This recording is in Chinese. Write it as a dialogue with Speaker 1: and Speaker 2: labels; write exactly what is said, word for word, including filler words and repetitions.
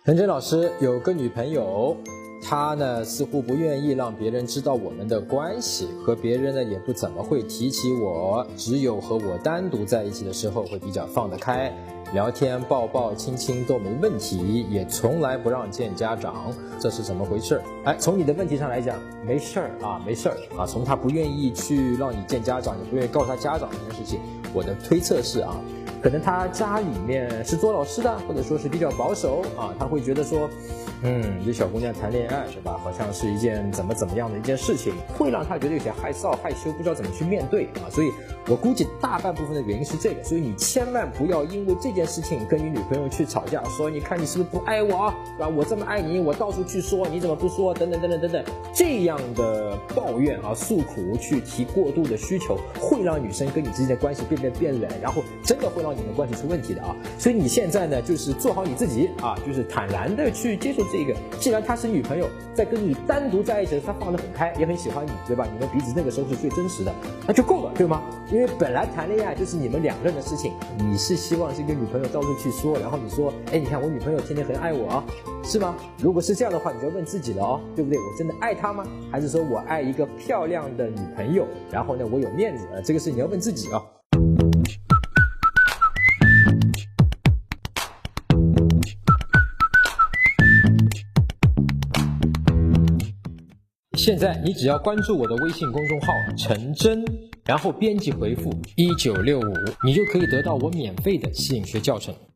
Speaker 1: 陈真老师有个女朋友，她呢似乎不愿意让别人知道我们的关系，和别人呢也不怎么会提起我，只有和我单独在一起的时候会比较放得开，聊天抱抱亲亲都没问题，也从来不让见家长，这是怎么回事？哎，从你的问题上来讲，没事儿啊，没事儿啊。从她不愿意去让你见家长，也不愿意告诉她家长这件事情，我的推测是啊。可能他家里面是做老师的，或者说是比较保守啊，他会觉得说，嗯，这小姑娘谈恋爱是吧，好像是一件怎么怎么样的一件事情，会让他觉得有些害臊害羞，不知道怎么去面对啊。所以我估计大半部分的原因是这个，所以你千万不要因为这件事情跟你女朋友去吵架，说你看你是不是不爱我啊，是吧？我这么爱你，我到处去说，你怎么不说？等等等等等等，这样的抱怨啊、诉苦，去提过度的需求，会让女生跟你之间的关系变变变冷，然后真的会让你们关系出问题的啊。所以你现在呢，就是做好你自己啊，就是坦然的去接受这个。既然她是女朋友，在跟你单独在一起的时候，她放得很开，也很喜欢你，对吧？你们彼此那个时候是最真实的，那就够了，对吗？因为本来谈恋爱就是你们两个人的事情，你是希望是跟女朋友到处去说，然后你说，哎，你看我女朋友天天很爱我啊，是吗？如果是这样的话，你就要问自己了哦，对不对？我真的爱她吗？还是说我爱一个漂亮的女朋友，然后呢，我有面子？呃，这个是你要问自己啊。现在你只要关注我的微信公众号陈真，然后编辑回复一九六五，你就可以得到我免费的吸引学教程。